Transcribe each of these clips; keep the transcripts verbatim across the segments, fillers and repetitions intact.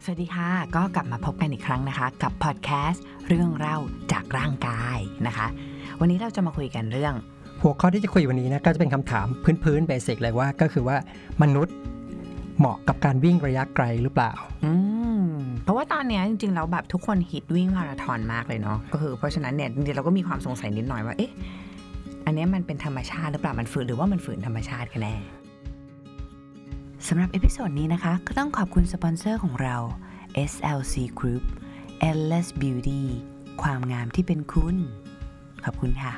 สวัสดีค่ะก็กลับมาพบกันอีกครั้งนะคะกับพอดแคสต์เรื่องเล่าจากร่างกายนะคะวันนี้เราจะมาคุยกันเรื่องหัวข้อที่จะคุยวันนี้นะก็จะเป็นคำถามพื้นๆเบสิกเลยว่าก็คือว่ามนุษย์เหมาะกับการวิ่งระยะไกลหรือเปล่าอืมเพราะว่าตอนนี้จริงๆแล้วแบบทุกคนฮิตวิ่งมาราธอนมากเลยเนาะก็คือเพราะฉะนั้นเนี่ยจริงๆเราก็มีความสงสัยนิดหน่อยว่าเอ๊ะอันนี้มันเป็นธรรมชาติหรือเปล่ามันฝืนหรือว่ามันฝืนธรรมชาติกันแน่สำหรับเอพิโซดนี้นะคะก็ต้องขอบคุณสปอนเซอร์ของเรา เอส แอล ซี Group Endless Beauty ความงามที่เป็นคุณขอบคุณค่ะ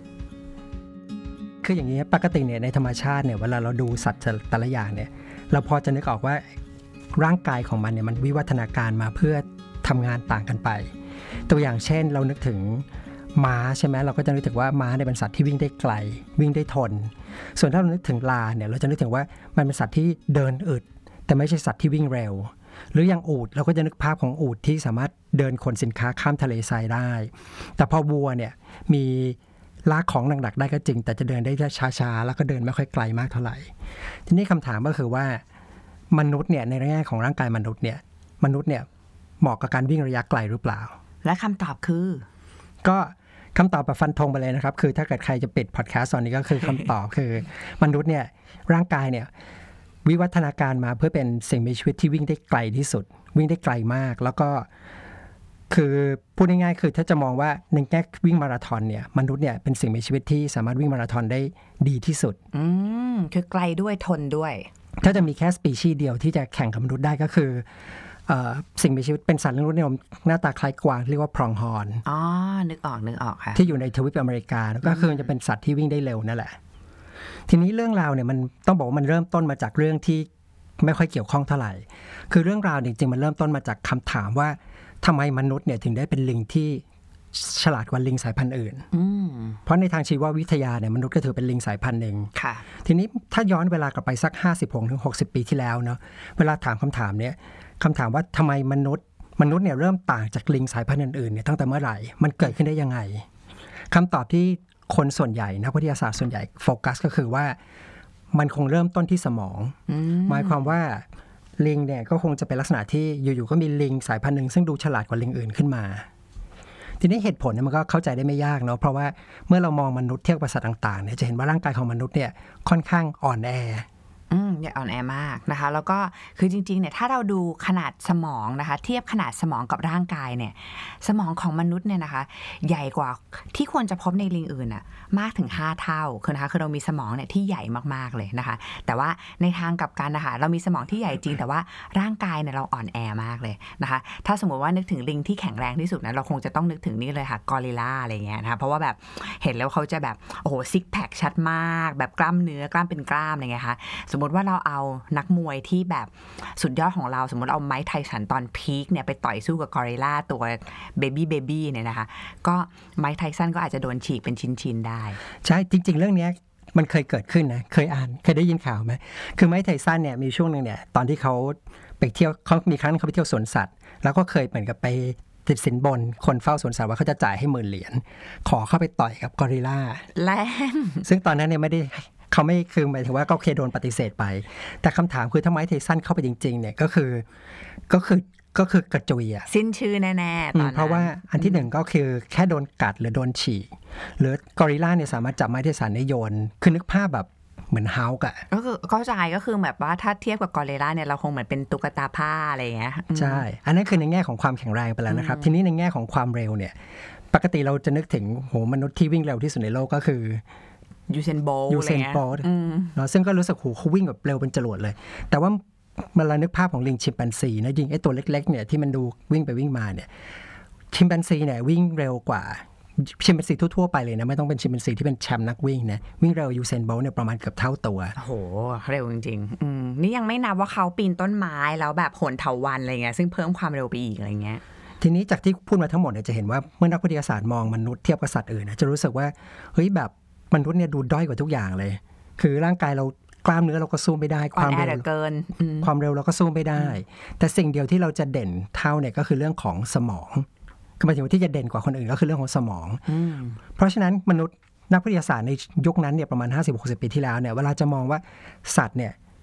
คืออย่างนี้ปกติเนี่ยในธรรมชาติเนี่ยเวลาเราดูสัตว์แต่ละอย่างเนี่ยเราพอจะนึกออกว่าร่างกายของมันเนี่ยมันวิวัฒนาการมาเพื่อทำงานต่างกันไปตัวอย่างเช่นเรานึกถึงม้าใช่ไหมเราก็จะนึกถึงว่าม้าเนี่ยเป็นสัตว์ที่วิ่งได้ไกลวิ่งได้ทนส่วนถ้าเรานึกถึงลาเนี่ยเราจะนึกถึงว่ามันเป็นสัตว์ที่เดินอึดแต่ไม่ใช่สัตว์ที่วิ่งเร็วหรืออย่างอูฐเราก็จะนึกภาพของอูฐที่สามารถเดินขนสินค้าข้ามทะเลทรายได้แต่พอวัวเนี่ยมีลากของหนักๆได้ก็จริงแต่จะเดินได้ช้าๆแล้วก็เดินไม่ค่อยไกลมากเท่าไหร่ทีนี้คำถามก็คือว่ามนุษย์เนี่ยในแง่ของร่างกายมนุษย์เนี่ยมนุษย์เนี่ยเหมาะกับการวิ่งระยะไกลหรือเปล่าและคำตอบคือก็คำตอบแบบฟันธงไปเลยนะครับคือถ้าเกิดใครจะปิดพอดแคสต์ตอนนี้ก็คือคำตอบคือมนุษย์เนี่ยร่างกายเนี่ยวิวัฒนาการมาเพื่อเป็นสิ่งมีชีวิตที่วิ่งได้ไกลที่สุดวิ่งได้ไกลมากแล้วก็คือพูดง่ายๆคือถ้าจะมองว่าในแง่วิ่งมาราธอนเนี่ยมนุษย์เนี่ยเป็นสิ่งมีชีวิตที่สามารถวิ่งมาราธอนได้ดีที่สุดอืมคือไกลด้วยทนด้วยถ้าจะมีแค่สปีชีส์เดียวที่จะแข่งกับมนุษย์ได้ก็คือสิ่งมีชีวิตเป็นสัตว์เลี้ยงลูกด้วยนมหน้าตาคล้ายกวางเรียกว่าพรองฮอร์นอ๋อนึกออกนึกออกค่ะที่อยู่ในทวีปอเมริกาก็คือจะเป็นสัตว์ที่วิ่งได้เร็วนั่นแหละทีนี้เรื่องราวเนี่ยมันต้องบอกว่ามันเริ่มต้นมาจากเรื่องที่ไม่ค่อยเกี่ยวข้องเท่าไหร่คือเรื่องราวจริงๆมันเริ่มต้นมาจากคำถามว่าทำไมมนุษย์เนี่ยถึงได้เป็นลิงที่ฉลาดกว่าลิงสายพันธุ์อื่นเพราะในทางชีววิทยาเนี่ยมนุษย์ก็ถือเป็นลิงสายพันธุ์หนึ่งทีนี้ถ้าย้อนเวลากลับไปสัก ห้าสิบหกถึงหกสิบ ปีที่แล้วเนาะเวลาถามคำถามเนี่ยคำถามว่าทำไมมนุษย์มนุษย์เนี่ยเริ่มต่างจากลิงสายพันธุ์อื่นๆเนี่ยตั้งแต่เมื่อไหร่มันเกิดขึ้นได้ยังไงคำตอบที่คนส่วนใหญ่นักวิทยาศาสตร์ส่วนใหญ่โฟกัสก็คือว่ามันคงเริ่มต้นที่สมองหมายความว่าลิงเนี่ยก็คงจะเป็นลักษณะที่อยู่ๆก็มีลิงสายพันธุ์นึงซึ่งดูฉลาดกว่าลิงอื่นขึ้นมาทีนี้เหตุผลเนี่ยมันก็เข้าใจได้ไม่ยากเนาะเพราะว่าเมื่อเรามองมนุษย์เทียบกับสัตว์ต่างๆเนี่ยจะเห็นว่าร่างกายของมนุษย์เนี่ยค่อนข้างอ่อนแออืมเนี่ยอ่อนแอมากนะคะแล้วก็คือจริงๆเนี่ยถ้าเราดูขนาดสมองนะคะเทียบขนาดสมองกับร่างกายเนี่ยสมองของมนุษย์เนี่ยนะคะใหญ่กว่าที่ควรจะพบในลิงอื่นน่ะมากถึงห้าเท่าคือนะคะคือเรามีสมองเนี่ยที่ใหญ่มากๆเลยนะคะแต่ว่าในทางกลับกันนะคะเรามีสมองที่ใหญ่จริงแต่ว่าร่างกายเนี่ยเราอ่อนแอมากเลยนะคะถ้าสมมติว่านึกถึงลิงที่แข็งแรงที่สุดนะเราคงจะต้องนึกถึงนี่เลยค่ะกอริลลาอะไรเงี้ยนะคะเพราะว่าแบบเห็นแล้วเขาจะแบบโอ้โหซิกแพคชัดมากแบบกล้ามเนื้อกล้ามเป็นกล้ามอะไรเงี้ยค่ะสมมติว่าเราเอานักมวยที่แบบสุดยอดของเราสมมติเอาไมค์ไทสันตอนพีคเนี่ยไปต่อยสู้กับกอริลลาตัวเบบี้เบบี้เนี่ยนะคะก็ไมค์ไทสันก็อาจจะโดนฉีกเป็นชิ้นๆได้ใช่จริงๆเรื่องนี้มันเคยเกิดขึ้นนะเคยอ่านเคยได้ยินข่าวไหมคือไมค์ไทสันเนี่ยมีช่วงนึงเนี่ยตอนที่เขาไปเที่ยวเขามีครั้งเขาไปเที่ยวสวนสัตว์แล้วก็เคยเหมือนกับไปติดสินบนคนเฝ้าสวนสัตว์ว่าเขาจะจ่ายให้หมื่นเหรียญขอเข้าไปต่อยกับกอริลลาแรงซึ่งตอนนั้นเนี่ยไม่ได้เขาไม่คือหมายถึงว่าก็เคยโดนปฏิเสธไปแต่คำถามคือถ้าไมค์ไทสันเข้าไปจริงๆเนี่ยก็คือก็คือก็คือกระจุยอ่ะสิ้นชื่อแน่ๆตอนนั้นเพราะว่าอันที่หนึ่งก็คือแค่โดนกัดหรือโดนฉีกหรือกอริลลาเนี่ยสามารถจับไมค์ไทสันได้โยนคือนึกภาพแบบเหมือนเฮาส์อ่ะก็คือเข้าใจก็คือแบบว่าถ้าเทียบกับกอริลลาเนี่ยเราคงเหมือนเป็นตุ๊กตาผ้าอะไรอย่างเงี้ยใช่อันนั้นคือในแง่ของความแข็งแรงไปแล้วนะครับทีนี้ในแง่ของความเร็วเนี่ยปกติเราจะนึกถึงโหมนุษย์ที่วิ่งเร็วที่สุดในโลกก็คือยูเซนโบลต์ยูเซนโบลต์เนาะซึ่งก็รู้สึกโหเขาวิ่งแบบเร็วเป็นจรวดเลยแต่ว่าเวลานึกภาพของลิงชิมแปนซีนะยิงไอ้ตัวเล็กๆเนี่ยที่มันดูวิ่งไปวิ่งมาเนี่ยชิมแปนซีเนี่ยวิ่งเร็วกว่าชิมแปนซีทั่วๆไปเลยนะไม่ต้องเป็นชิมแปนซีที่เป็นแชมป์นักวิ่งนะวิ่งเร็วยูเซนโบลต์เนี่ยประมาณเกือบเท่าตัวโอ้โหเร็วจริงๆอืมนี่ยังไม่นับว่าเขาปีนต้นไม้แล้วแบบโหนเถาวัลย์อะไรเงี้ยซึ่งเพิ่มความเร็วไปอีกอะไรเงี้ยทีนี้จากที่พูดมาทั้งหมดเนี่ยจะเห็นว่าเมื่อนักวิทยาศาสตร์มองมนุษย์เทียบกับสัตว์อื่นนะจะรู้สึกว่าเฮ้ยแบบมนุษย์เนี่ยดูด้อยกว่าทุกอย่างเลยคือร่างกายเรากล้ามเนื้อเราก็สู้ไม่ได้ความเร็วเกินความเร็วเราก็สู้ไม่ได้แต่สิ่งเดียวที่เราจะเด่นเท่าเนี่ยก็คือเรื่องของสมองคือหมายถึงว่าที่จะเด่นกว่าคนอื่นก็คือเรื่องของสมองเพราะฉะนั้นมนุษย์นักวิทยาศาสตร์ในยุคนั้นเนี่ยประมาณ ห้าสิบถึงหกสิบ ปีที่แล้วเนี่ยเวลาจะมองว่าสัตว์เนี่ย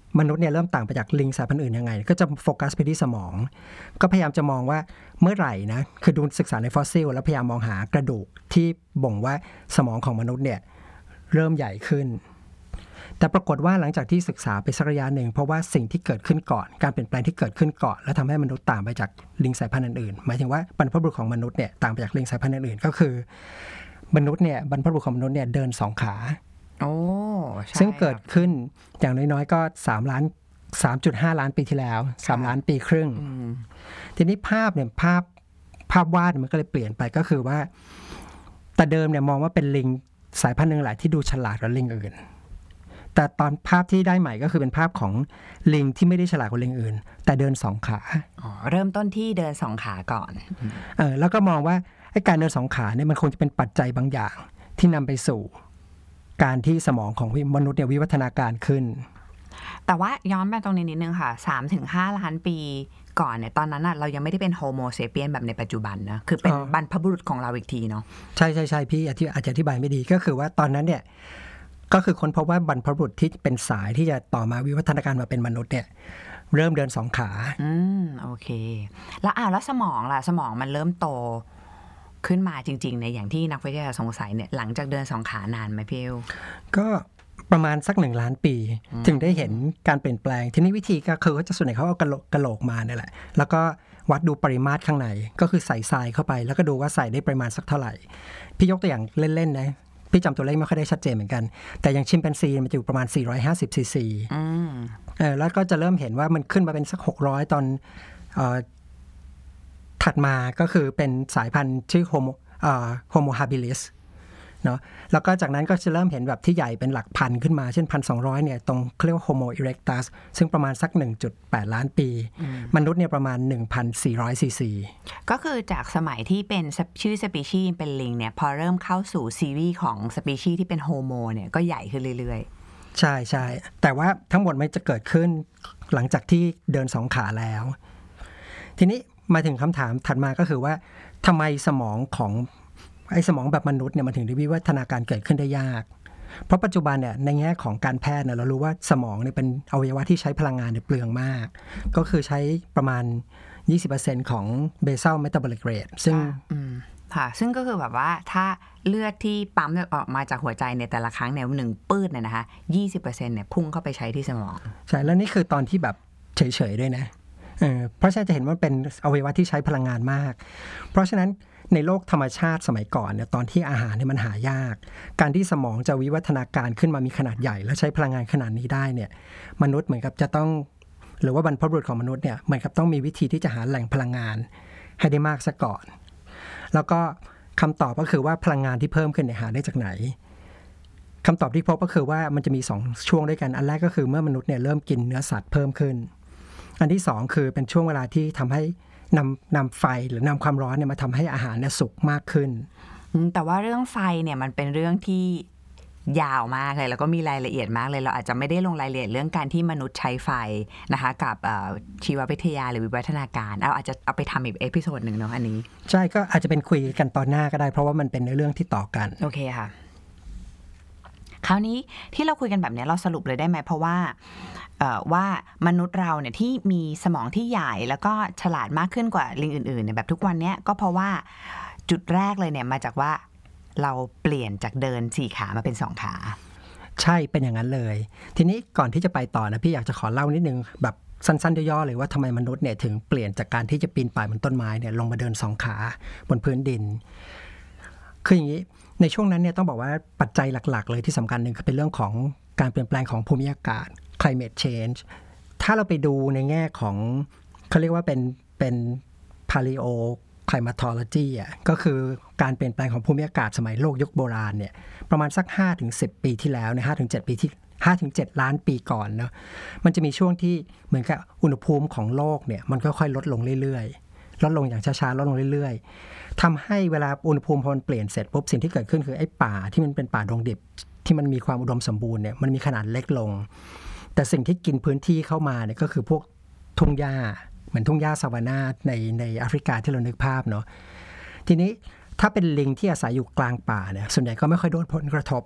มนุษย์เนี่ยเริ่มต่างไปจากลิงสายพันธุ์อื่นยังไงก็จะโฟกัสไปที่สมองก็พยายามจะมองว่าเมื่อไหร่นะคือดูศึกษาในฟอสซิลแล้วพยายามมองหากระดูกที่บ่งว่าสมองของมนุษย์เนี่ยเริ่มใหญ่ขึ้นแต่ปรากฏว่าหลังจากที่ศึกษาไปสักระยะหนึ่งเพราะว่าสิ่งที่เกิดขึ้นก่อนการเปลี่ยนแปลงที่เกิดขึ้นก่อนแล้วทำให้มนุษย์ต่างไปจากลิงสายพันธุ์อื่นๆหมายถึงว่าบรรพบุรุษของมนุษย์เนี่ยต่างไปจากลิงสายพันธุ์อื่นๆก็คือมนุษย์เนี่ยบรรพบุรุษของมนุษย์เนี่ยเดินสองขาโอ้ซึ่งเกิดขึ้นอย่างน้อยๆก็สามล้าน สามจุดห้า ล้านปีที่แล้วสามล้านปีครึ่งทีนี้ภาพเนี่ยภาพภาพวาดมันก็เลยเปลี่ยนไปก็คือว่าแต่เดิมเนี่ยมองว่าเป็นลิงสายพันธุ์นึงแหละที่ดูฉลาดกว่าลิงอื่นแต่ตอนภาพที่ได้ใหม่ก็คือเป็นภาพของลิงที่ไม่ได้ฉลาดกว่าลิงอื่นแต่เดินสองขาอ๋อเริ่มต้นที่เดินสองขาก่อนเออแล้วก็มองว่าไอ้การเดินสองขาเนี่ยมันคงจะเป็นปัจจัยบางอย่างที่นำไปสู่การที่สมองของมนุษย์เนี่ยวิวัฒนาการขึ้นแต่ว่าย้อนไปตรงนี้นิดนึงค่ะ สามถึงห้า ล้านปีก่อนเนี่ยตอนนั้นน่ะเรายังไม่ได้เป็นโฮโมเซเปียนแบบในปัจจุบันนะคือเป็นบรรพบุรุษของเราอีกทีเนาะใช่ใช่ใช่พี่อาจจะอธิบายไม่ดีก็คือว่าตอนนั้นเนี่ยก็คือคนพบว่าบรรพบุรุษที่เป็นสายที่จะต่อมาวิวัฒนาการมาเป็นมนุษย์เนี่ยเริ่มเดินสองขาอืมโอเคแล้วอ่าแล้วสมองล่ะสมองมันเริ่มโตขึ้นมาจริงๆในอย่างที่นักวิทยาศาสตร์สงสัยเนี่ยหลังจากเดินสองขานานไหมพี่เอลก็ประมาณสักหนึ่งล้านปีถึงได้เห็นการเปลี่ยนแปลงทีนี้วิธีก็คือเขาจะส่วนใหญ่เขาเอากระโหลกกระโหลกมาเนี่ยแหละแล้วก็วัดดูปริมาตรข้างในก็คือใส่ทรายเข้าไปแล้วก็ดูว่าใส่ได้ปริมาณสักเท่าไหร่พี่ยกตัวอย่างเล่นๆนะพี่จำตัวเลขไม่ค่อยได้ชัดเจนเหมือนกันแต่อย่างชิมแปนซีมันจะอยู่ประมาณสี่ร้อยห้าสิบซีซีเออแล้วก็จะเริ่มเห็นว่ามันขึ้นมาเป็นสักหกร้อยตอนเอ่อถัดมาก็คือเป็นสายพันธุ์ชื่อโฮโมเอ่อโฮโมฮาบิลิสเนาะแล้วก็จากนั้นก็จะเริ่มเห็นแบบที่ใหญ่เป็นหลักพันขึ้นมาเช่น หนึ่งพันสองร้อย เนี่ยตรงเรียกว่า Homo erectus ซึ่งประมาณสัก หนึ่งจุดแปด ล้านปีมนุษย์เนี่ยประมาณ หนึ่งพันสี่ร้อย ซีซีก็คือจากสมัยที่เป็นชื่อสปีชีส์เป็นลิงเนี่ยพอเริ่มเข้าสู่ซีรีส์ของสปีชีส์ที่เป็นโฮโมเนี่ยก็ใหญ่ขึ้นเรื่อยๆใช่ใช่แต่ว่าทั้งหมดมันจะเกิดขึ้นหลังจากที่เดินสองขาแล้วทีนี้มาถึงคำถามถัดมาก็คือว่าทำไมสมองของไอ้สมองแบบมนุษย์เนี่ยมันถึงได้วิวัฒนาการเกิดขึ้นได้ยากเพราะปัจจุบันเนี่ยในแง่ของการแพทย์เนี่ยเรารู้ว่าสมองเนี่ยเป็นอวัยวะที่ใช้พลังงานเนี่ยเปลืองมากก็คือใช้ประมาณ ยี่สิบเปอร์เซ็นต์ ของ basal metabolic rate ซึ่งค่ะซึ่งก็คือแบบว่าถ้าเลือดที่ปั๊มออกมาจากหัวใจเนี่ยแต่ละครั้งเนี่ยหนึ่งปื้ดเนี่ยนะคะ ยี่สิบเปอร์เซ็นต์ เนี่ยพุ่งเข้าไปใช้ที่สมองใช่แล้วนี่คือตอนที่แบบเฉยๆด้วยนะเออเพราะฉะนั้นจะเห็นว่าเป็นอวัยวะที่ใช้พลังงานมากเพราะฉะนั้นในโลกธรรมชาติสมัยก่อนเนี่ยตอนที่อาหารเนี่ยมันหายากการที่สมองจะวิวัฒนาการขึ้นมามีขนาดใหญ่และใช้พลังงานขนาดนี้ได้เนี่ยมนุษย์เหมือนกับจะต้องหรือว่าบรรพบุรุษของมนุษย์เนี่ยเหมือนกับต้องมีวิธีที่จะหาแหล่งพลังงานให้ได้มากซะก่อนแล้วก็คำตอบก็คือว่าพลังงานที่เพิ่มขึ้นเนี่ยหาได้จากไหนคำตอบที่พบก็คือว่ามันจะมีสองช่วงด้วยกันอันแรกก็คือเมื่อมนุษย์เนี่ยเริ่มกินเนื้อสัตว์เพิ่มขึ้นอันที่สองคือเป็นช่วงเวลาที่ทำให้นำนำไฟหรือนำความร้อนเนี่ยมาทำให้อาหารเนี่ยสุกมากขึ้นแต่ว่าเรื่องไฟเนี่ยมันเป็นเรื่องที่ยาวมากเลยแล้วก็มีรายละเอียดมากเลยเราอาจจะไม่ได้ลงรายละเอียดเรื่องการที่มนุษย์ใช้ไฟนะคะกับชีววิทยาหรือวิวัฒนาการเอาอาจจะเอาไปทำอีกเอพิโซดหนึ่งเนาะอันนี้ใช่ก็อาจจะเป็นคุยกันตอนหน้าก็ได้เพราะว่ามันเป็นเรื่องที่ต่อกันโอเคค่ะคราวนี้ที่เราคุยกันแบบนี้เราสรุปเลยได้ไหมเพราะว่าว่ามนุษย์เราเนี่ยที่มีสมองที่ใหญ่แล้วก็ฉลาดมากขึ้นกว่าลิงอื่นๆเนี่ยแบบทุกวันนี้ก็เพราะว่าจุดแรกเลยเนี่ยมาจากว่าเราเปลี่ยนจากเดินสี่ขามาเป็นสองขาใช่เป็นอย่างนั้นเลยทีนี้ก่อนที่จะไปต่อนะพี่อยากจะขอเล่านิดนึงแบบสั้นๆย่อๆเลยว่าทำไมมนุษย์เนี่ยถึงเปลี่ยนจากการที่จะปีนป่ายบนต้นไม้เนี่ยลงมาเดินสองขาบนพื้นดินคืออย่างนี้ในช่วงนั้นเนี่ยต้องบอกว่าปัจจัยหลักๆเลยที่สำคัญหนึ่งคือเป็นเรื่องของการเปลี่ยนแปลงของภูมิอากาศ climate change ถ้าเราไปดูในแง่ของเขาเรียกว่าเป็นเป็น paleo climatology อ่ะก็คือการเปลี่ยนแปลงของภูมิอากาศสมัยโลกยุคโบราณเนี่ยประมาณสัก ห้าถึงสิบ ปีที่แล้วใน ห้าถึงเจ็ด ปีที่ ห้าถึงเจ็ด ล้านปีก่อนเนาะมันจะมีช่วงที่เหมือนกับอุณหภูมิของโลกเนี่ยมันค่อยๆลดลงเรื่อยๆลดลงอย่างช้าๆลดลงเรื่อยๆทำให้เวลาอุณหภูมิพอมันเปลี่ยนเสร็จปุ๊บสิ่งที่เกิดขึ้นคือไอ้ป่าที่มันเป็นป่าดงดิบที่มันมีความอุดมสมบูรณ์เนี่ยมันมีขนาดเล็กลงแต่สิ่งที่กินพื้นที่เข้ามาเนี่ยก็คือพวกทุ่งหญ้าเหมือนทุ่งหญ้าซาวานาในในแอฟริกาที่เรานึกภาพเนาะทีนี้ถ้าเป็นลิงที่อาศัยอยู่กลางป่าเนี่ยส่วนใหญ่ก็ไม่ค่อยโดนผลกระทบ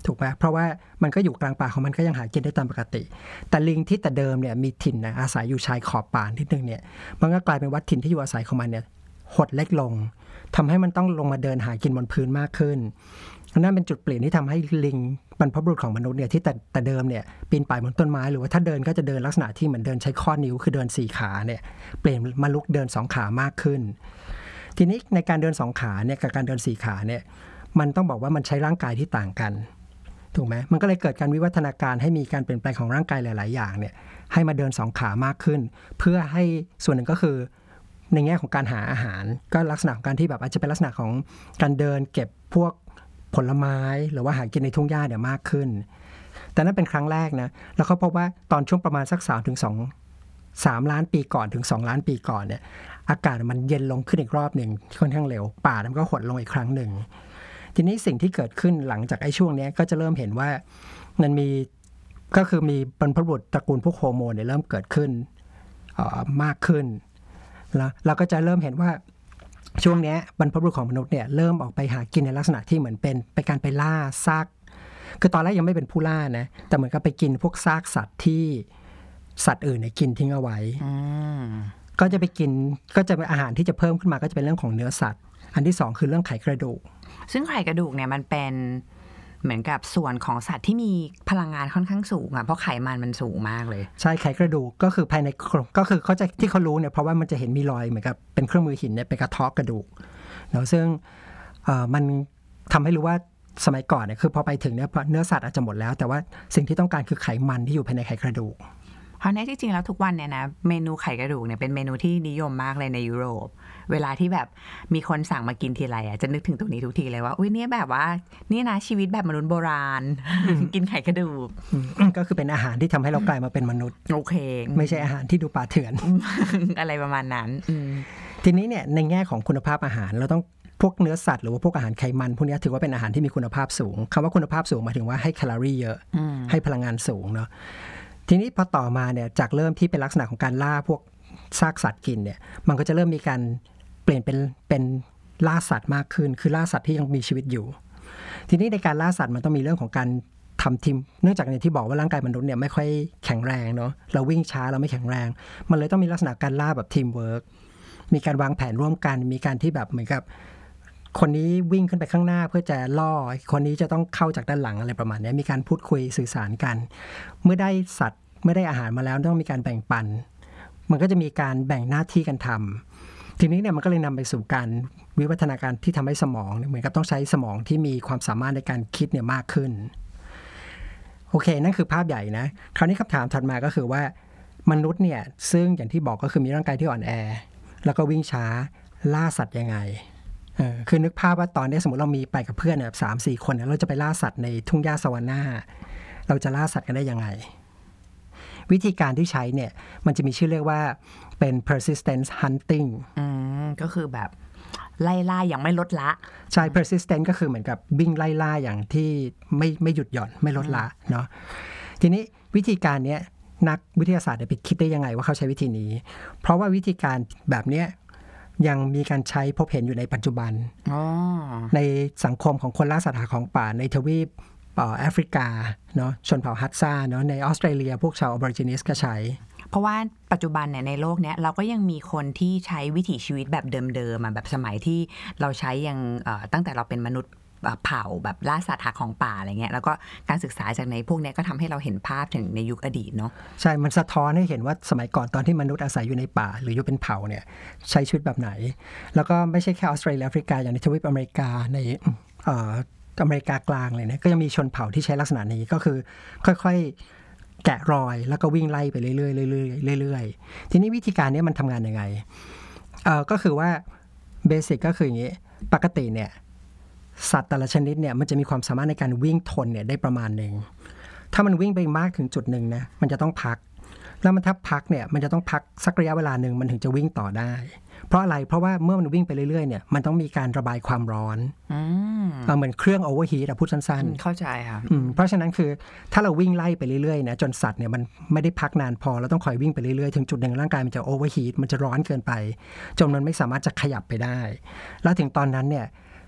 ถูกไหมเพราะว่ามันก็อยู่กลางป่าของมันก็ยังหากินได้ตามปกติแต่ลิงที่แต่เดิมเนี่ยมีถิ่นนะอาศัยอยู่ชายขอบป่านิดนึงเนี่ยมันก็กลายเป็นว่าถิ่นที่อยู่อาศัยของมันเนี่ยหดเล็กลงทำให้มันต้องลงมาเดินหากินบนพื้นมากขึ้นนั่นเป็นจุดเปลี่ยนที่ทำให้ลิงบรรพบุรุษของมนุษย์เนี่ยที่แต่แต่เดิมเนี่ยปีนป่ายบนต้นไม้หรือว่าถ้าเดินก็จะเดินลักษณะที่เหมือนเดินใช้ข้อนิ้วคือเดินสี่ขาเนี่ยเปลี่ยนมาลุกเดินสองขามากขึ้นทีนี้ในการเดินสองขาเนี่ยกับการเดินสี่ขาเนี่ยมันต้องบอกว่ามันใช้ร่างกายที่ต่างกันถูกไหมมันก็เลยเกิดการวิวัฒนาการให้มีการเปลี่ยนแปลงของร่างกายหลายๆอย่างเนี่ยให้มาเดินสองขามากขึ้นเพื่อให้ส่วนหนึ่งก็คือในแง่ของการหาอาหารก็ลักษณะของการที่แบบอาจจะเป็นลักษณะของการเดินเก็บพวกผลไม้หรือว่าหากินในทุ่งหญ้าเนี่ยมากขึ้นแต่นั่นเป็นครั้งแรกนะแล้วเขาพบว่าตอนช่วงประมาณสักสามถึงสอง สามล้านปีก่อนถึงสองล้านปีก่อนเนี่ยอากาศมันเย็นลงขึ้นอีกรอบหนึ่งค่อนข้างเร็วป่ามันก็หดลงอีกครั้งหนึ่งทีนี้สิ่งที่เกิดขึ้นหลังจากไอ้ช่วงนี้ก็จะเริ่มเห็นว่ามันมีก็คือมีบรรพบุรุษตระกูลพวกโฮโมเนี่ยเริ่มเกิดขึ้นมากขึ้นแล้วเราก็จะเริ่มเห็นว่าช่วงนี้บรรพบุรุษของมนุษย์เนี่ยเริ่มออกไปหากินในลักษณะที่เหมือนเป็นไปการไปล่าซากคือตอนแรกยังไม่เป็นผู้ล่านะแต่เหมือนกับไปกินพวกซากสัตว์ที่สัตว์อื่นเนี่ยกินทิ้งเอาไว้ก็จะไปกินก็จะเป็นอาหารที่จะเพิ่มขึ้นมาก็จะเป็นเรื่องของเนื้อสัตว์อันที่สองคือเรื่องไขกระดูกซึ่งไขกระดูกเนี่ยมันเป็นเหมือนกับส่วนของสัตว์ที่มีพลังงานค่อนข้างสูงอ่ะเพราะไขมันมันสูงมากเลยใช่ไขกระดูกก็คือภายในก็คือเขาจะที่เขารู้เนี่ยเพราะว่ามันจะเห็นมีรอยเหมือนกับเป็นเครื่องมือหินเนี่ยไปกระเทาะกระดูกแล้วซึ่งมันทำให้รู้ว่าสมัยก่อนเนี่ยคือพอไปถึงเนี่ยเนื้อสัตว์อาจจะหมดแล้วแต่ว่าสิ่งที่ต้องการคือไขมันที่อยู่ภายในไขกระดูกเพราะในที่จริงแล้วทุกวันเนี่ยนะเมนูไข่กระดูกเนี่ยเป็นเมนูที่นิยมมากเลยในยุโรปเวลาที่แบบมีคนสั่งมากินทีไรอ่ะจะนึกถึงตรงนี้ทุกทีเลยว่าอุ้ยเนี่ยแบบว่านี่นะชีวิตแบบมนุษย์โบราณ กินไข่กระดูกก็คือเป็นอาหารที่ทำให้เรากลายมาเป็นมนุษย์โอเคไม่ใช่อาหารที่ดูป่าเถื่อนอะไรประมาณนั้นทีนี้เนี่ยในแง่ของคุณภาพอาหารเราต้องพวกเนื้อสัตว์หรือว่าพวกอาหารไขมันพวกนี้ถือว่าเป็นอาหารที่มีคุณภาพสูงคำว่าคุณภาพสูงหมายถึงว่าให้แคลอรี่เยอะให้พลังงานสูงเนาะทีนี้พอต่อมาเนี่ยจากเริ่มที่เป็นลักษณะของการล่าพวกซากสัตว์กินเนี่ยมันก็จะเริ่มมีการเปลี่ยนเป็นเป็นล่าสัตว์มากขึ้นคือล่าสัตว์ที่ยังมีชีวิตอยู่ทีนี้ในการล่าสัตว์มันต้องมีเรื่องของการทำทีมเนื่องจากในที่บอกว่าร่างกายมนุษย์เนี่ยไม่ค่อยแข็งแรงเนาะเราวิ่งช้าเราไม่แข็งแรงมันเลยต้องมีลักษณะการล่าแบบทีมเวิร์กมีการวางแผนร่วมกันมีการที่แบบเหมือนกับคนนี้วิ่งขึ้นไปข้างหน้าเพื่อจะล่อคนนี้จะต้องเข้าจากด้านหลังอะไรประมาณนี้มีการพูดคุยสื่อสารกันเมื่อได้สัตว์เมื่อได้อาหารมาแล้วต้องมีการแบ่งปันมันก็จะมีการแบ่งหน้าที่กันทำทีนี้เนี่ยมันก็เลยนำไปสู่การวิวัฒนาการที่ทำให้สมองเหมือนกับต้องใช้สมองที่มีความสามารถในการคิดเนี่ยมากขึ้นโอเคนั่นคือภาพใหญ่นะคราวนี้คำถามถัดมาก็คือว่ามนุษย์เนี่ยซึ่งอย่างที่บอกก็คือมีร่างกายที่อ่อนแอแล้วก็วิ่งช้าล่าสัตว์ยังไงคือนึกภาพว่าตอนนี้สมมติเรามีไปกับเพื่อนแบบสามสี่คนเราจะไปล่าสัตว์ในทุ่งหญ้าซาวาน่าเราจะล่าสัตว์กันได้ยังไงวิธีการที่ใช้เนี่ยมันจะมีชื่อเรียกว่าเป็น persistence hunting อืมก็คือแบบไล่ล่าอย่างไม่ลดละใช่ persistent ก็คือเหมือนกับวิ่งไล่ล่าอย่างที่ไม่ไม่หยุดหย่อนไม่ลดละเนาะทีนี้วิธีการนี้นักวิทยาศาสตร์ไปคิดได้ยังไงว่าเขาใช้วิธีนี้เพราะว่าวิธีการแบบนี้ยังมีการใช้พบเห็นอยู่ในปัจจุบันในสังคมของคนล่าสัตว์หาของป่าในทวีปแอฟริกาเนาะชนเผ่าฮัตซ่าเนาะในออสเตรเลียพวกชาวออบอริจินิสก็ใช้เพราะว่าปัจจุบันเนี่ยในโลกเนี้ยเราก็ยังมีคนที่ใช้วิถีชีวิตแบบเดิมๆแบบสมัยที่เราใช้ยังตั้งแต่เราเป็นมนุษย์เผ่าแบบล่าสัตว์หาของป่าอะไรเงี้ยแล้วก็การศึกษาจากในพวกนี้ก็ทำให้เราเห็นภาพถึงในยุคอดีตเนาะใช่มันสะท้อนให้เห็นว่าสมัยก่อนตอนที่มนุษย์อาศัยอยู่ในป่าหรืออยู่เป็นเผ่าเนี่ยใช้ชีวิตแบบไหนแล้วก็ไม่ใช่แค่ออสเตรเลียแอฟริกาอย่างในทวีปอเมริกาในอเมริกากลางเลยเนี่ยก็ยังมีชนเผ่าที่ใช้ลักษณะนี้ก็คือค่อยๆแกะรอยแล้วก็วิ่งไล่ไปเรื่อยๆเรื่อยๆเรื่อยๆทีนี้วิธีการนี้มันทำงานยังไงเอ่อก็คือว่าเบสิกก็คืออย่างนี้ปกติเนี่ยสัตว์แต่ละชนิดเนี่ยมันจะมีความสามารถในการวิ่งทนเนี่ยได้ประมาณนึงถ้ามันวิ่งไปมากถึงจุดนึงนะมันจะต้องพักแล้วมันถ้าพักเนี่ยมันจะต้องพักสักระยะเวลานึงมันถึงจะวิ่งต่อได้เพราะอะไรเพราะว่าเมื่อมันวิ่งไปเรื่อยๆเนี่ยมันต้องมีการระบายความร้อนเหมือนเครื่องโอเวอร์ฮีทอะพูดสั้นๆเข้าใจค่ะเพราะฉะนั้นคือถ้าเราวิ่งไล่ไปเรื่อยๆนะจนสัตว์เนี่ยมันไม่ได้พักนานพอเราต้องคอยวิ่งไปเรื่อยๆถึงจุดหนึ่งร่างกายมันจะโอเวอร์ฮีทมันจะร้อนเกินไปจนมันไม่สามารถจะขยับไปได้แล้วถึงตอนนั้นเนี่ย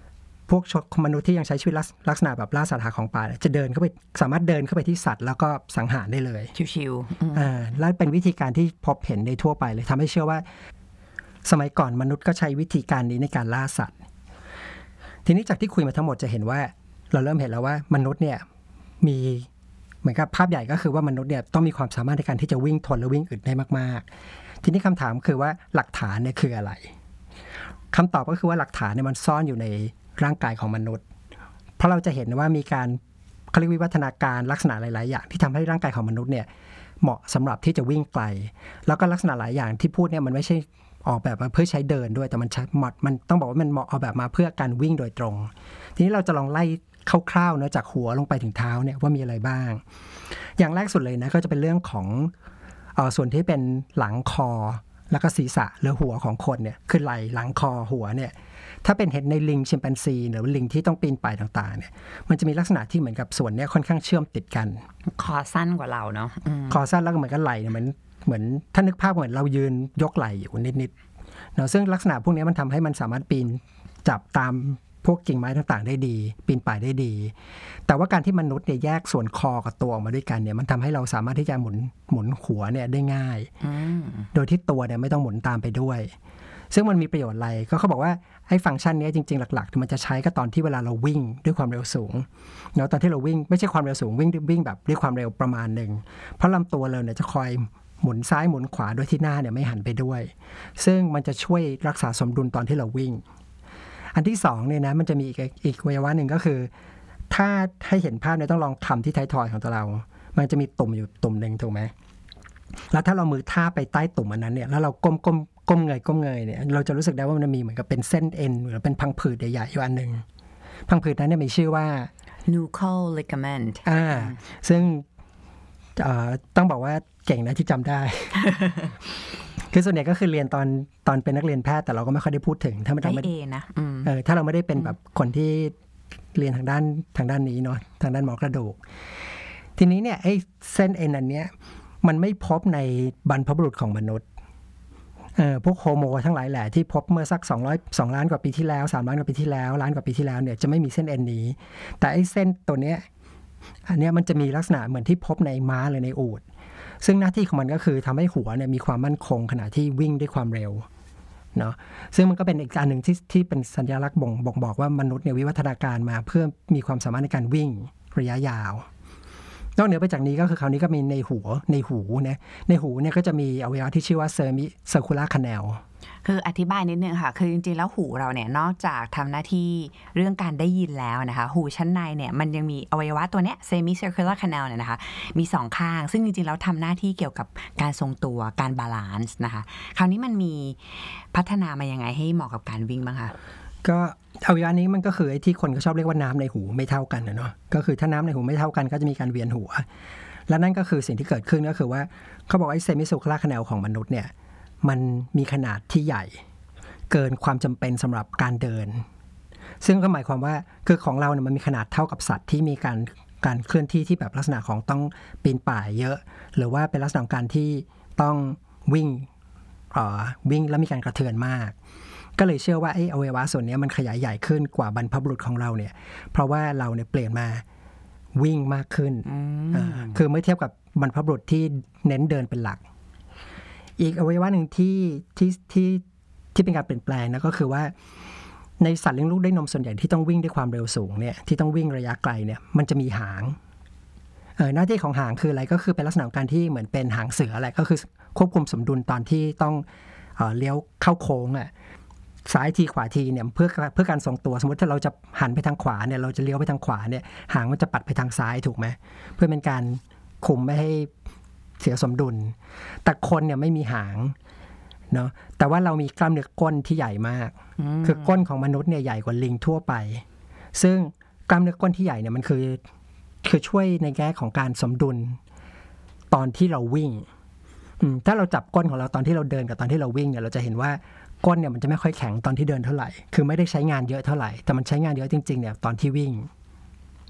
พวกมนุษย์ที่ยังใช้ชีวิตลักษณะแบบล่าสัตว์หาของป่าจะเดินเข้าไปสามารถเดินเข้าไปที่สัตว์แล้วก็สังหารได้เลยชิวๆอ่าและเป็นวิธีการที่พบเห็นในทั่วไปเลยทำให้เชื่อว่าสมัยก่อนมนุษย์ก็ใช้วิธีการนี้ในการล่าสัตว์ทีนี้จากที่คุยมาทั้งหมดจะเห็นว่าเราเริ่มเห็นแล้วว่ามนุษย์เนี่ยมีเหมือนกับภาพใหญ่ก็คือว่ามนุษย์เนี่ยต้องมีความสามารถในการที่จะวิ่งทนและวิ่งอึดได้มากๆทีนี้คำถามคือว่าหลักฐานเนี่ยคืออะไรคำตอบก็คือว่าหลักฐานเนี่ยมันซ่อนอยู่ในร่างกายของมนุษย์เพราะเราจะเห็นว่ามีการเขาเรียกวิวัฒนาการลักษณะหลายๆอย่างที่ทำให้ร่างกายของมนุษย์เนี่ยเหมาะสำหรับที่จะวิ่งไกลแล้วก็ลักษณะหลายอย่างที่พูดเนี่ยมันไม่ใช่ออกแบบมาเพื่อใช้เดินด้วยแต่มันใช้เหมาะมันต้องบอกว่ามันเหมาะออกแบบมาเพื่อการวิ่งโดยตรงทีนี้เราจะลองไล่คร่าวๆเนาะจากหัวลงไปถึงเท้าเนี่ยว่ามีอะไรบ้างอย่างแรกสุดเลยนะก็จะเป็นเรื่องของเอ่อส่วนที่เป็นหลังคอแล้วก็ศีรษะหรือหัวของคนเนี่ยคือไหล่หลังคอหัวเนี่ยถ้าเป็นเห็นในลิงชิมแปนซีหรือลิงที่ต้องปีนป่ายต่างๆเนี่ยมันจะมีลักษณะที่เหมือนกับส่วนเนี้ยค่อนข้างเชื่อมติดกันคอสั้นกว่าเราเนาะคอสั้นแล้วก็เหมือนกับไหล่เนี่ยเหมือนเหมือนถ้านึกภาพเหมือนเรายืนยกไหล่อยู่นิดๆเนาะซึ่งลักษณะพวกนี้มันทำให้มันสามารถปีนจับตามพวกกิ่งไม้ต่างๆได้ดีปีนป่ายได้ดีแต่ว่าการที่มนุษย์เนี่ยแยกส่วนคอกับตัวออกมาด้วยกันเนี่ยมันทำให้เราสามารถที่จะหมุนหมุนหัวเนี่ยได้ง่ายโดยที่ตัวเนี่ยไม่ต้องหมุนตามไปด้วยซึ่งมันมีประโยชน์อะไรก็เขาบอกว่าไอ้ฟังก์ชันนี้จริงๆหลักๆมันจะใช้ก็ตอนที่เวลาเราวิ่งด้วยความเร็วสูงเนาะตอนที่เราวิ่งไม่ใช่ความเร็วสูงวิ่งวิ่งแบบด้วยความเร็วประมาณหนึ่งเพราะลำตัวเราเนี่ยจะคอยหมุนซ้ายหมุนขวาโดยที่หน้าเนี่ยไม่หันไปด้วยซึ่งมันจะช่วยรักษาสมดุลตอนที่เราวิ่งอันที่สองเนี่ยนะมันจะมีอีกอีกอวัยวะหนึ่งก็คือถ้าให้เห็นภาพเนี่ยต้องลองคลำที่ท้ายทอยของตัวเรามันจะมีตุ่มอยู่ตุ่มหนึ่งถูกไหมแล้วถ้าเรามือท่าไปใต้ตุ่มอันนั้นเนี่ยแล้วเราก้มก้มก้มเงยก้มเงยเนี่ยเราจะรู้สึกได้ว่ามันมีเหมือนกับเป็นเส้นเอ็นหรือเป็นพังผืดใหญ่ๆอยู่อันหนึ่งพังผืดนั้นเนี่ยมีชื่อว่า nuchal ligament อ่าซึ่งต้องบอกว่าเก่งนะที่จำได้ คือส่วนใหญ่ก็คือเรียนตอนตอนเป็นนักเรียนแพทย์แต่เราก็ไม่ค่อยได้พูดถึงถ้าเราไม่ได้นะเออถ้าเราไม่ได้เป็นแบบคนที่เรียนทางด้านทางด้านนี้เนาะทางด้านหมอกระดูกทีนี้เนี่ยไอ้เส้นเอ็นอันเนี้ยมันไม่พบในบรรพบุรุษของมนุษย์เอ่อพวกโฮโมทั้งหลายแหละที่พบเมื่อสักสองร้อย สองล้านกว่าปีที่แล้วสามล้านกว่าปีที่แล้วล้านกว่าปีที่แล้วเนี่ยจะไม่มีเส้นเอ็นนี้แต่ไอ้เส้นตัวเนี้ยอันเนี้ยมันจะมีลักษณะเหมือนที่พบในม้าหรือในอูฐซึ่งหน้าที่ของมันก็คือทำให้หัวเนี่ยมีความมั่นคงขณะที่วิ่งด้วยความเร็วเนาะซึ่งมันก็เป็นอีกอันหนึ่งที่ที่เป็นสัญลักษณ์บ่งบอกบอกว่ามนุษย์เนี่ยวิวัฒนาการมาเพื่อมีความสามารถในการวิ่งระยะยาวนอกเหนือไปจากนี้ก็คือคราวนี้ก็มีในหัวในหูนะในหูเนี่ยก็จะมีอวัยวะที่ชื่อว่าเซอร์มิเซอร์คูลาร์คาแนลคืออธิบายนิดนึงค่ะคือจริงๆแล้วหูเราเนี่ยนอกจากทำหน้าที่เรื่องการได้ยินแล้วนะคะหูชั้นในเนี่ยมันยังมีอวัยวะตัวเนี้ย semicircular canal เนี่ยนะคะมีสองข้างซึ่งจริงๆแล้วทำหน้าที่เกี่ยวกับการทรงตัวการบาลานซ์นะคะคราวนี้มันมีพัฒนามายังไงให้เหมาะกับการวิ่งบ้างคะก็อวัยวะนี้มันก็คือไอ้ที่คนก็ชอบเรียกว่าน้ำในหูไม่เท่ากันนะเนาะก็คือถ้าน้ำในหูไม่เท่ากันก็จะมีการเวียนหัวและนั่นก็คือสิ่งที่เกิดขึ้นก็คือว่าเขาบอกไอ้ semicircular canal ของมนุษย์เนี่ยมันมีขนาดที่ใหญ่เกินความจำเป็นสำหรับการเดินซึ่งก็หมายความว่าคือของเราเนี่ยมันมีขนาดเท่ากับสัตว์ที่มีการการเคลื่อนที่ที่แบบลักษณะของต้องปีนป่ายเยอะหรือว่าเป็นลักษณะของการที่ต้องวิ่งเอ่อวิ่งแล้วมีการกระเทือนมากก็เลยเชื่อว่าไอ้อวัยวะส่วนนี้มันขยายใหญ่ขึ้นกว่าบรรพบุรุษของเราเนี่ยเพราะว่าเราเนี่ยเปลี่ยนมาวิ่งมากขึ้นคือเมื่อเทียบกับบรรพบุรุษที่เน้นเดินเป็นหลักอีกอวัยวะหนึ่งที่ที่ที่ที่เป็นการเปลี่ยนแปลงนะก็คือว่าในสัตว์เลี้ยงลูกด้วยนมส่วนใหญ่ที่ต้องวิ่งด้วยความเร็วสูงเนี่ยที่ต้องวิ่งระยะไกลเนี่ยมันจะมีหางเออหน้าที่ของหางคืออะไรก็คือเป็นลักษณะของการที่เหมือนเป็นหางเสืออะไรก็คือควบคุมสมดุลตอนที่ต้องเอ่อเลี้ยวเข้าโค้งอ่ะซ้ายทีขวาทีเนี่ยเพื่อเพื่อการทรงตัวสมมติถ้าเราจะหันไปทางขวาเนี่ยเราจะเลี้ยวไปทางขวาเนี่ยหางมันจะปัดไปทางซ้ายถูกไหมเพื่อเป็นการคุมไม่ให้เสียสมดุลแต่คนเนี่ยไม่มีหางเนาะแต่ว่าเรามีกล้ามเนื้อก้นที่ใหญ่มากคือก้นของมนุษย์เนี่ยใหญ่กว่าลิงทั่วไปซึ่งกล้ามเนื้อก้นที่ใหญ่เนี่ยมันคือคือช่วยในแง่ของการสมดุลตอนที่เราวิ่งถ้าเราจับก้นของเราตอนที่เราเดินกับตอนที่เราวิ่งเนี่ยเราจะเห็นว่าก้นเนี่ยมันจะไม่ค่อยแข็งตอนที่เดินเท่าไหร่คือไม่ได้ใช้งานเยอะเท่าไหร่แต่มันใช้งานเยอะจริงๆเนี่ยตอนที่วิ่ง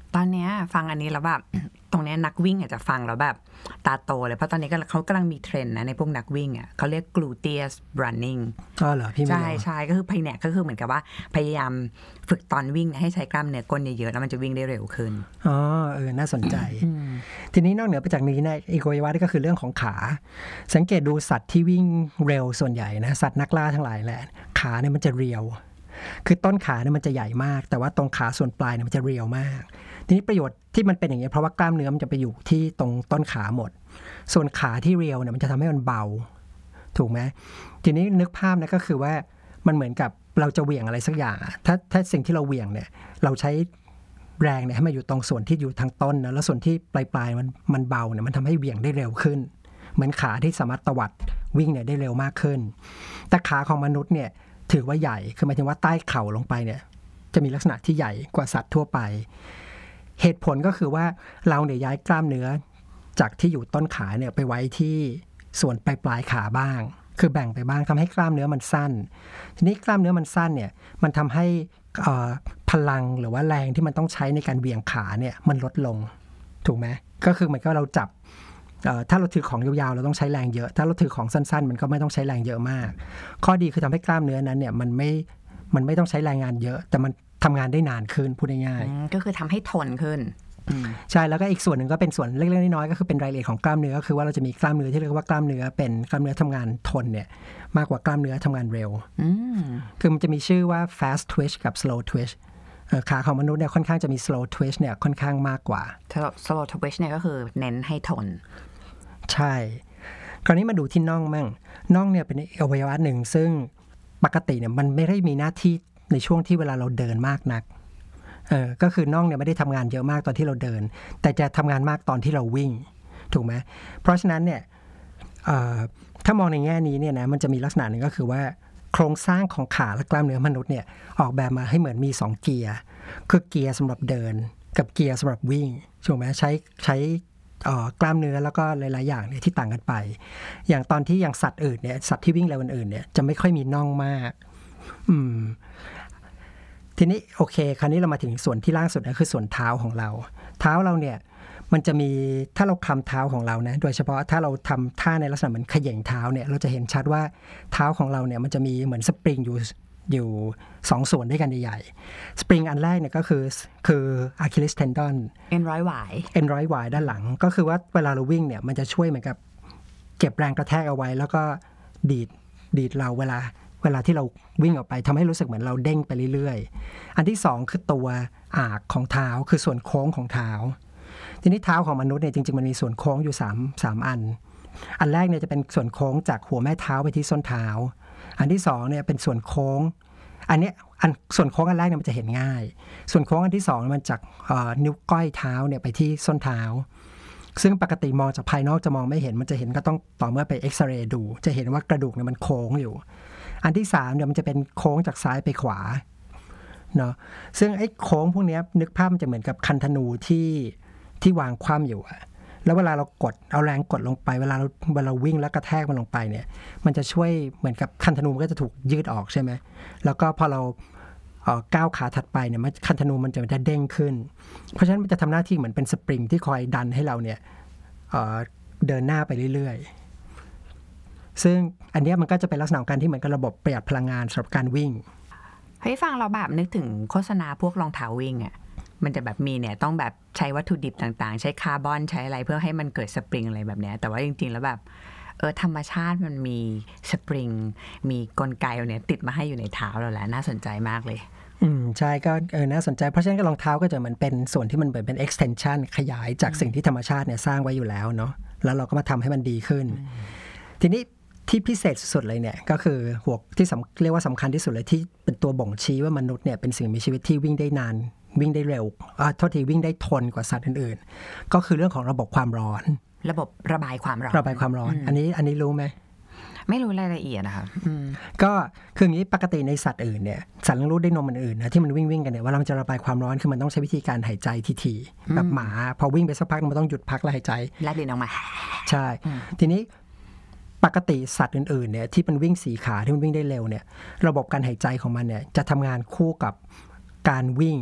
ตอนเนี้ยฟังอันนี้แล้วแบบ ตรงเนี้ยนักวิ่งอาจจะฟังแล้วแบบตาโตเลยเพราะตอนนี้ก็เขากำลังมีเทรนด์นะในพวกนักวิ่งอ่ะเขาเรียก gluteus running อ๋อเหรอพี่ไม่ใช่รู้ใช่ก็คือพยเนี่ยก็คือเหมือนกับว่าพยายามฝึกตอนวิ่งให้ใช้กล้ามเนื้อก้นเยอะๆแล้วมันจะวิ่งได้เร็วขึ้นอ๋อเออน่าสนใจ ทีนี้นอกเหนือไปจากนี้นะอีกอวัยวะนี่ก็คือเรื่องของขา สังเกตดูสัตว์ที่วิ่งเร็วส่วนใหญ่นะสัตว์นักล่าทั้งหลายแหละขาเนี่ยมันจะเรียว คือต้นขาเนี่ยมันจะใหญ่มาก แต่ว่าตรงขาส่วนปลายเนี่ยมันจะเรียวมาก ทีนี้ประโยชน์ที่มันเป็นอย่างนี้เพราะว่ากล้ามเนื้อมันจะไปอยู่ที่ตรงต้นขาหมด ส่วนขาที่เรียวเนี่ยมันจะทำให้มันเบาถูกไหมทีนี้นึกภาพนะก็คือว่ามันเหมือนกับเราจะเหวี่ยงอะไรสักอย่างอะถ้าถ้าสิ่งที่เราเหวี่ยงเนี่ยเราใช้แรงเนี่ยให้มันอยู่ตรงส่วนที่อยู่ทางต้นนะแล้วส่วนที่ปลายปลายมันมันเบาเนี่ยมันทำให้เหวี่ยงได้เร็วขึ้นเหมือนขาที่สามารถตวัดวิ่งเนี่ยได้เร็วมากขึ้นแต่ขาของมนุษย์เนี่ยถือว่าใหญ่คือหมายถึงว่าใต้เข่าลงไปเนี่ยจะมีลักษณะที่ใหญ่กว่าสัตว์ทั่วไปเหตุผลก็คือว่าเราเนี่ยย้ายกล้ามเนื้อจากที่อยู่ต้นขาเนี่ยไปไว้ที่ส่วนปลายปลายขาบ้างคือแบ่งไปบ้างทำให้กล้ามเนื้อมันสั้นทีนี้กล้ามเนื้อมันสั้นเนี่ยมันทำให้พลังหรือว่าแรงที่มันต้องใช้ในการเบี่ยงขาเนี่ยมันลดลงถูกไหมก็คือเหมือนกับเราจับถ้าเราถือของยาวๆเราต้องใช้แรงเยอะถ้าเราถือของสั้นๆมันก็ไม่ต้องใช้แรงเยอะมากข้อดีคือทำให้กล้ามเนื้อนั้นเนี่ยมันไม่มันไม่ต้องใช้แรงงานเยอะแต่มันทำงานได้นานขึ้นพูดง่ายๆก็คือทำให้ทนขึ้นใช่แล้วก็อีกส่วนหนึ่งก็เป็นส่วนเล็กๆน้อยๆก็คือเป็นรายละเอียดของกล้ามเนื้อก็คือว่าเราจะมีกล้ามเนื้อที่เรียกว่ากล้ามเนื้อเป็นกล้ามเนื้อทำงานทนเนี่ยมากกว่ากล้ามเนื้อทำงานเร็วคือมันจะมีชื่อว่า fast twitch กับ slow twitch ขาของมนุษย์เนี่ยค่อนข้างจะมี slow twitch เนี่ยค่อนข้างมากกว่า slow twitch เนี่ยก็คือเน้นให้ทนใช่คราวนี้มาดูที่น่องมั่งน่องเนี่ยเป็นอวัยวะหนึ่งซึ่งปกติเนี่ยมันไม่ได้มีหน้าที่ในช่วงที่เวลาเราเดินมากนักเออก็คือน่องเนี่ยไม่ได้ทำงานเยอะมากตอนที่เราเดินแต่จะทำงานมากตอนที่เราวิ่งถูกไหมเพราะฉะนั้นเนี่ยถ้ามองในแง่นี้เนี่ยนะมันจะมีลักษณะหนึ่งก็คือว่าโครงสร้างของขาและกล้ามเนื้อมนุษย์เนี่ยออกแบบมาให้เหมือนมีสองเกียร์คือเกียร์สำหรับเดินกับเกียร์สำหรับวิ่งถูกไหมใช้ใช้กล้ามเนื้อแล้วก็หลายๆอย่างเนี่ยที่ต่างกันไปอย่างตอนที่อย่างสัตว์อื่นเนี่ยสัตว์ที่วิ่งเร็วอื่นเนี่ยจะไม่ค่อยมีน่องมากอืมทีนี้โอเคคราวนี้เรามาถึงส่วนที่ล่างสุดก็คือส่วนเท้าของเราเท้าเราเนี่ยมันจะมีถ้าเราคลำเท้าของเรานะโดยเฉพาะถ้าเราทำท่าในลักษณะเหมือนเขย่งเท้าเนี่ยเราจะเห็นชัดว่าเท้าของเราเนี่ยมันจะมีเหมือนสปริงอยู่อยู่สองส่วนด้วยกันใหญ่ๆสปริงอันแรกเนี่ยก็คือคือ Achilles tendon เอ็นร้อยหวายเอ็นร้อยหวายด้านหลังก็คือว่าเวลาเราวิ่งเนี่ยมันจะช่วยเหมือนกับเก็บแรงกระแทกเอาไว้แล้วก็ดีดดีดเราเวลาเวลาที่เราวิ่งออกไปทำให้รู้สึกเหมือนเราเด้งไปเรื่อยๆอันที่สองคือตัวอากของเท้าคือส่วนโค้งของเท้าทีนี้เท้าของมนุษย์เนี่ยจริงๆมันมีส่วนโค้งอยู่3 3อันอันแรกเนี่ยจะเป็นส่วนโค้งจากหัวแม่เท้าไปที่ส้นเท้าอันที่สองเนี่ยเป็นส่วนโค้งอันนี้อันส่วนโค้งอันแรกเนี่ยมันจะเห็นง่ายส่วนโค้งอันที่สองมันจากนิ้วก้อยเท้าเนี่ยไปที่ส้นเท้าซึ่งปกติมองจากภายนอกจะมองไม่เห็นมันจะเห็นก็ต้องต่อเมื่อไปเอ็กซเรย์ดูจะเห็นว่ากระดูกเนี่ยมันโค้งอยู่อันที่สามเนี่ยมันจะเป็นโค้งจากซ้ายไปขวาเนาะซึ่งไอ้โค้งพวกนี้นึกภาพมันจะเหมือนกับคันธนูที่ที่วางคว่ำอยู่อะแล้วเวลาเรากดเอาแรงกดลงไปเวลาเราเวลาเราวิ่งแล้วกระแทกมันลงไปเนี่ยมันจะช่วยเหมือนกับคันธนูมันก็จะถูกยืดออกใช่ไหมแล้วก็พอเราก้าวขาถัดไปเนี่ยคันธนูมันจะเด้งขึ้นเพราะฉะนั้นมันจะทำหน้าที่เหมือนเป็นสปริงที่คอยดันให้เราเนี่ย เ, เดินหน้าไปเรื่อยๆซึ่งอันนี้มันก็จะเป็นลักษณะของการที่เหมือนกับระบบประหยัดพลังงานสำหรับการวิ่งเฮ้ยฟังเราแบบนึกถึงโฆษณาพวกรองเท้าวิ่งอ่ะมันจะแบบมีเนี่ยต้องแบบใช้วัตถุดิบต่างๆใช้คาร์บอนใช้อะไรเพื่อให้มันเกิดสปริงอะไรแบบนี้แต่ว่าจริงๆแล้วแบบเออธรรมชาติมันมีสปริงมีกลไกเนี่ยติดมาให้อยู่ในเท้าเราแล้วน่าสนใจมากเลยอืมใช่ก็เออน่าสนใจเพราะฉะนั้นรองเท้าก็จะเหมือนเป็นส่วนที่มันเหมือนเป็น extension ขยายจากสิ่งที่ธรรมชาติเนี่ยสร้างไว้อยู่แล้วเนาะแล้วเราก็มาทำให้มันดีขึ้นทีนี้ที่พิเศษสุดเลยเนี่ยก็คือหัวที่เรียกว่าสำคัญที่สุดเลยที่เป็นตัวบ่งชี้ว่ามนุษย์เนี่ยเป็นสิ่งมีชีวิตที่วิ่งได้นานวิ่งได้เร็วอ่าโทษทีวิ่งได้ทนกว่าสัตว์อื่นๆก็คือเรื่องของระบบความร้อนระบบระบายความร้อนระบายความร้อนอันนี้อันนี้รู้ไหมไม่รู้รายละเอียดนะคะก็คืออย่างนี้ปกติในสัตว์อื่นเนี่ยสัตว์เลี้ยงลูกด้วยนมอื่นๆนะที่มันวิ่งวิ่งกันเนี่ยว่าเราจะระบายความร้อนคือมันต้องใช้วิธีการหายใจทีๆแบบหมาพอวิ่งไปสักพักมันต้องหยุดพักแล้วหายใจแลบลิ้นออกมาใช่ทีนี้ปกติสัตว์อื่นๆเนี่ยที่มันวิ่งสี่ขาที่มันวิ่งได้เร็วเนี่ยระบบการหายใจของมันเนี่ยจะทำงานคู่กับการวิ่ง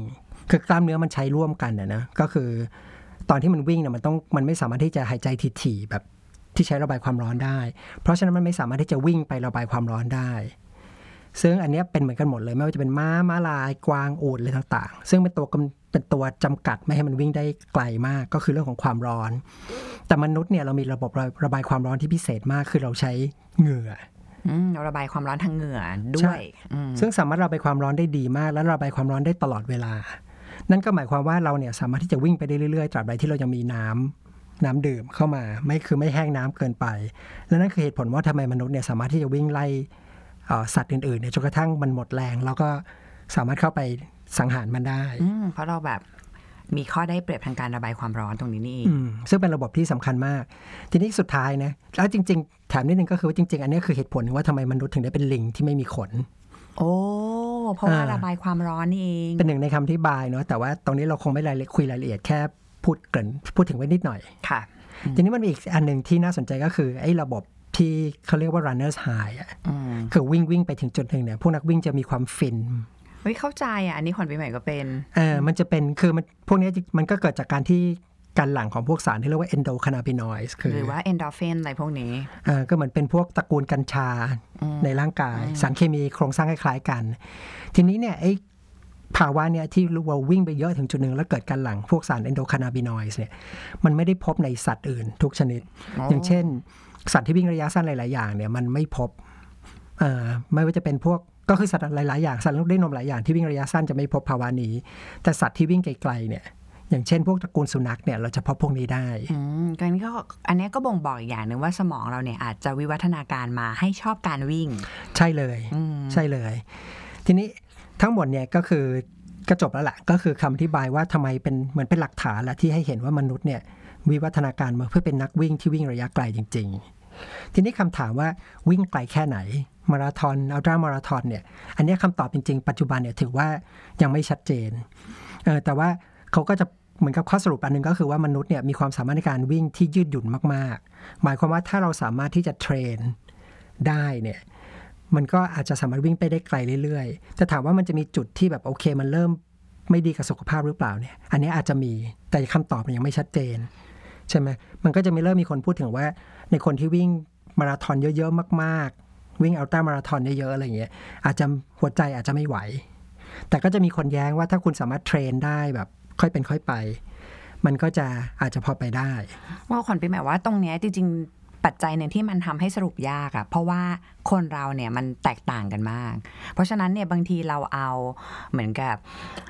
คือกล้ามเนื้อมันใช้ร่วมกันนะนะก็คือตอนที่มันวิ่งเนี่ยมันต้องมันไม่สามารถที่จะหายใจถี่ๆแบบที่ใช้ระบายความร้อนได้เพราะฉะนั้นมันไม่สามารถที่จะวิ่งไประบายความร้อนได้ซึ่งอันนี้เป็นเหมือนกันหมดเลยไม่ว่าจะเป็นม้าม้าลายกวางอูฐอะไรต่างๆซึ่งเป็นตัวเป็นตัวจำกัดไม่ให้มันวิ่งได้ไกลมากก็คือเรื่องของความร้อนแต่มนุษย์เนี่ยเรามีระบบระบายความร้อนที่พิเศษมากคือเราใช้เหงื่อเราระบายความร้อนทางเหงื่อด้วยซึ่งสามารถระบายความร้อนได้ดีมากและระบายความร้อนได้ตลอดเวลานั่นก็หมายความว่าเราเนี่ยสามารถที่จะวิ่งไปได้เรื่อยๆตราบใดที่เรายังมีน้ำน้ำดื่มเข้ามาไม่คือไม่แห้งน้ำเกินไปและนั่นคือเหตุผลว่าทำไมมนุษย์เนี่ยสามารถที่จะวิ่งไล่สัตว์อื่นๆเนี่ยจนกระทั่งมันหมดแรงแล้วก็สามารถเข้าไปสังหารมันได้เพราะเราแบบมีข้อได้เปรียบทางการระบายความร้อนตรงนี้นี่เองซึ่งเป็นระบบที่สำคัญมากทีนี้สุดท้ายนะแล้วจริงๆแถมนิดนึงก็คือว่าจริงๆอันนี้คือเหตุผลว่าทำไมมนุษย์ถึงได้เป็นลิงที่ไม่มีขนโอ้เพราะว่าระบายความร้อนนี่เองเป็นหนึ่งในคำอธิบายเนาะแต่ว่าตรงนี้เราคงไม่รายละเอียดคุยรายละเอียดแค่พูดเกริ่นพูดถึงไว้นิดหน่อยค่ะทีนี้มันมีอีกอันหนึ่งที่น่าสนใจก็คือไอ้ระบบที่เขาเรียกว่า runners high อ่ะคือวิ่งวิ่งไปถึงจุดหนึ่งเนี่ยพวกนักวิ่งจะมีความฟินเฮ้ยเข้าใจอ่ะอันนี้ขวัญปีใหม่ก็เป็นเออมันจะเป็นคือมันพวกนี้มันก็เกิดจากการที่การหลั่งของพวกสารที่เรียกว่า endocannabinoids คือหรือว่า endorphin อะไรพวกนี้เออก็เหมือนเป็นพวกตระกูลกัญชาในร่างกายสารเคมีโครงสร้างคล้ายๆกันทีนี้เนี่ยไอ้ภาวะเนี่ยที่เราวิ่งไปเยอะถึงจุดหนึ่งแล้วเกิดการหลั่งพวกสาร endocannabinoids เนี่ยมันไม่ได้พบในสัตว์อื่นทุกชนิดอย่างเช่นสัตว์ที่วิ่งระยะสั้นหลายๆอย่างเนี่ยมันไม่พบเอ่อไม่ว่าจะเป็นพวกก็คือสัตว์หลายๆอย่างสัตว์ลูกด้วยนมหลายอย่างที่วิ่งระยะสั้นจะไม่พบภาวะนี้แต่สัตว์ที่วิ่งไกลๆเนี่ยอย่างเช่นพวกตระกูลสุนัขเนี่ยเราจะพบพวกนี้ได้อืมอันนี้ก็อันนี้ก็บ่งบอกอีกอย่างนึงว่าสมองเราเนี่ยอาจจะวิวัฒนาการมาให้ชอบการวิ่งใช่เลยใช่เลยทีนี้ทั้งหมดเนี่ยก็คือก็จบแล้วแหละก็คือคำอธิบายว่าทำไมเป็นเหมือนเป็นหลักฐานและที่ให้เห็นว่ามนุษย์เนี่ยวิวัฒนาการมาเพื่อเป็นนักวิ่งที่วิ่งระยะไกลจริงๆทีนี้คำถามว่าวิ่งไกลแค่ไหนมาราธอนอัลตร้ามาราธอนเนี่ยอันนี้คำตอบจริงๆปัจจุบันเนี่ยถือว่ายังไม่ชัดเจนเออแต่ว่าเขาก็จะเหมือนกับข้อสรุปอันนึงก็คือว่ามนุษย์เนี่ยมีความสามารถในการวิ่งที่ยืดหยุ่นมากๆหมายความว่าถ้าเราสามารถที่จะเทรนได้เนี่ยมันก็อาจจะสามารถวิ่งไปได้ไกลเรื่อยๆแต่ถามว่ามันจะมีจุดที่แบบโอเคมันเริ่มไม่ดีกับสุขภาพหรือเปล่าเนี่ยอันนี้อาจจะมีแต่คำตอบมันยังไม่ชัดเจนใช่ไหมมันก็จะมีเริ่มมีคนพูดถึงว่าในคนที่วิ่งมาราธอนเยอะๆมากๆวิ่งอัลตร้ามาราธอนเยอะๆอะไรอย่างเงี้ยอาจจะหัวใจอาจจะไม่ไหวแต่ก็จะมีคนแย้งว่าถ้าคุณสามารถเทรนได้แบบค่อยเป็นค่อยไปมันก็จะอาจจะพอไปได้ว่าขวัญปีใหม่ว่าตรงเนี้ยจริงๆปัจจัยหนึ่งที่มันทำให้สรุปยากอะเพราะว่าคนเราเนี่ยมันแตกต่างกันมากเพราะฉะนั้นเนี่ยบางทีเราเอาเหมือนกับ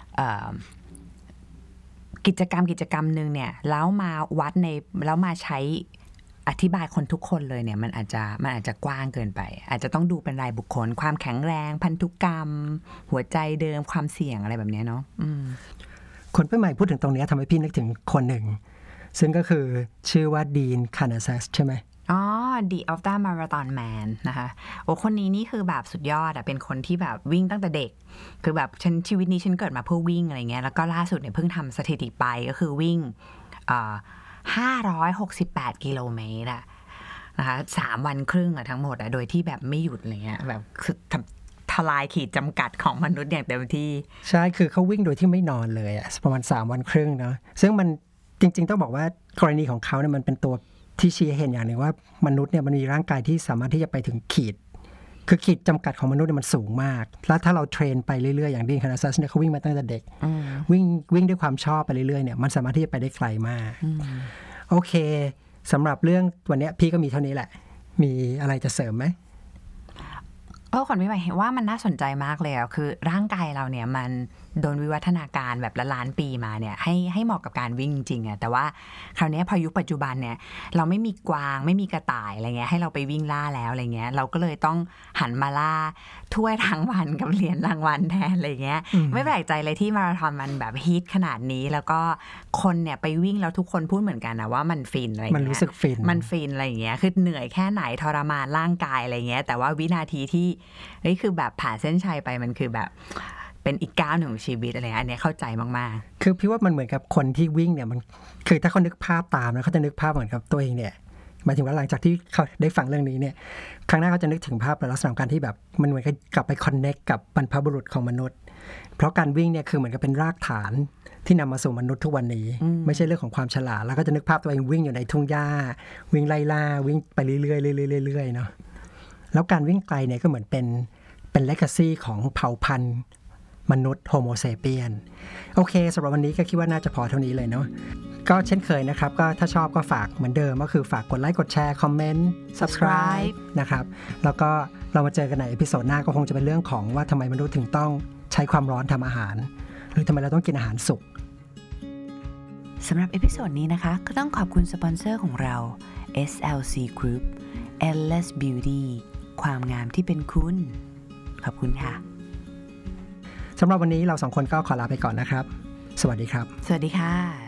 กิจกรรมกิจกรรมนึงเนี่ยแล้วมาวัดในแล้วมาใช้อธิบายคนทุกคนเลยเนี่ยมันอาจจะมันอาจจะกว้างเกินไปอาจจะต้องดูเป็นรายบุคคลความแข็งแรงพันธุกรรมหัวใจเดิมความเสี่ยงอะไรแบบนี้เนาะคนเพื่อนใหม่พูดถึงตรงนี้ทำให้พี่นึกถึงคนหนึ่งซึ่งก็คือชื่อว่าดีนคานาซัสใช่ไหมอ๋อ The Ultra Marathon Man นะคะโอ้คนนี้นี่คือแบบสุดยอดอะเป็นคนที่แบบวิ่งตั้งแต่เด็กคือแบบฉันชีวิตนี้ฉันเกิดมาเพื่อวิ่งอะไรเงี้ยแล้วก็ล่าสุดเนี่ยเพิ่งทำสถิติไปก็คือวิ่งอ่าห้าร้อยหกสิบแปดกิโลเมตรอะนะคะสามวันครึ่งอะทั้งหมดอะโดยที่แบบไม่หยุดอะไรเงี้ยแบบคือทลายขีดจำกัดของมนุษย์อย่างเต็มที่ใช่คือเขาวิ่งโดยที่ไม่นอนเลยอะประมาณสามวันครึ่งเนาะซึ่งมันจริงๆต้องบอกว่ากรณีของเขาเนี่ยมันเป็นตัวที่ชี้เห็นอย่างหนึ่งว่ามนุษย์เนี่ยมันมีร่างกายที่สามารถที่จะไปถึงขีดคือขีดจำกัดของมนุษย์เนี่ยมันสูงมากแล้วถ้าเราเทรนไปเรื่อยๆอย่างดีนคานาซัสเนี่ยเขาวิ่งมาตั้งแต่เด็กวิ่งวิ่งด้วยความชอบไปเรื่อยๆเนี่ยมันสามารถที่จะไปได้ไกลมากโอเคสำหรับเรื่องวันนี้พี่ก็มีเท่านี้แหละมีอะไรจะเสริมไหมเออขวัญไม่ไหวเห็นว่ามันน่าสนใจมากเลยอ่ะคือร่างกายเราเนี่ยมันโดนวิวัฒนาการแบบละล้านปีมาเนี่ยให้ให้เหมาะกับการวิ่งจริงๆอ่ะแต่ว่าคราวนี้พอยุคปัจจุบันเนี่ยเราไม่มีกวางไม่มีกระต่ายอะไรเงี้ยให้เราไปวิ่งล่าแล้วอะไรเงี้ยเราก็เลยต้องหันมาล่าถ้วยรางวัลกับเหรียญรางวัลแทนอะไรเงี้ยไม่แปลกใจเลยที่มาราธอนมันแบบฮิตขนาดนี้แล้วก็คนเนี่ยไปวิ่งแล้วทุกคนพูดเหมือนกันนะว่ามันฟินอะไรเงี้ยมันรู้สึกฟินมันฟินอะไรเงี้ยคือเหนื่อยแค่ไหนทรมานร่างกายอะไรเงี้ยแต่ว่าวินาทีที่เฮ้ยคือแบบผ่านเส้นชัยไปมันคือแบบเป็นอีกก้าวหนึ่งของชีวิตอะไรอันนี้เข้าใจมากๆคือพี่ว่ามันเหมือนกับคนที่วิ่งเนี่ยมันคือถ้าเขานึกภาพตามนะเขาจะนึกภาพเหมือนกับตัวเองเนี่ยหมายถึงว่าหลังจากที่เขาได้ฟังเรื่องนี้เนี่ยครั้งหน้าเขาจะนึกถึงภาพในลักษณะการที่แบบมันเหมือนกับกลับไปคอนเนคกับบรรพบุรุษของมนุษย์เพราะการวิ่งเนี่ยคือเหมือนกับเป็นรากฐานที่นำมาสู่มนุษย์ทุกวันนี้ไม่ใช่เรื่องของความฉลาดแล้วก็จะนึกภาพตัวเองวิ่งอยู่ในทุ่งหญ้าวิ่งไล่ล่าวิ่งไปเรื่อยๆเรื่อยๆเรื่อยๆเนาะแล้วการวิ่งไกลเนี่ยก็เหมือนเป็นเป็นเลกาซีของเผ่าพันธุ์มนุษย์โฮโมเซเปียนโอเคสำหรับวันนี้ก็คิดว่าน่าจะพอเท่านี้เลยเนาะก็เช่นเคยนะครับก็ถ้าชอบก็ฝากเหมือนเดิมก็คือฝากกดไลค์กดแชร์คอมเมนต์ subscribe นะครับแล้วก็เรามาเจอกันในเอพิโซดหน้าก็คงจะเป็นเรื่องของว่าทำไมมนุษย์ถึงต้องใช้ความร้อนทำอาหารหรือทำไมเราต้องกินอาหารสุกสำหรับเอพิโซดนี้นะคะก็ต้องขอบคุณสปอนเซอร์ของเรา เอส แอล ซี Group Endless Beauty ความงามที่เป็นคุณขอบคุณค่ะสำหรับวันนี้เราสองคนก็ขอลาไปก่อนนะครับสวัสดีครับสวัสดีค่ะ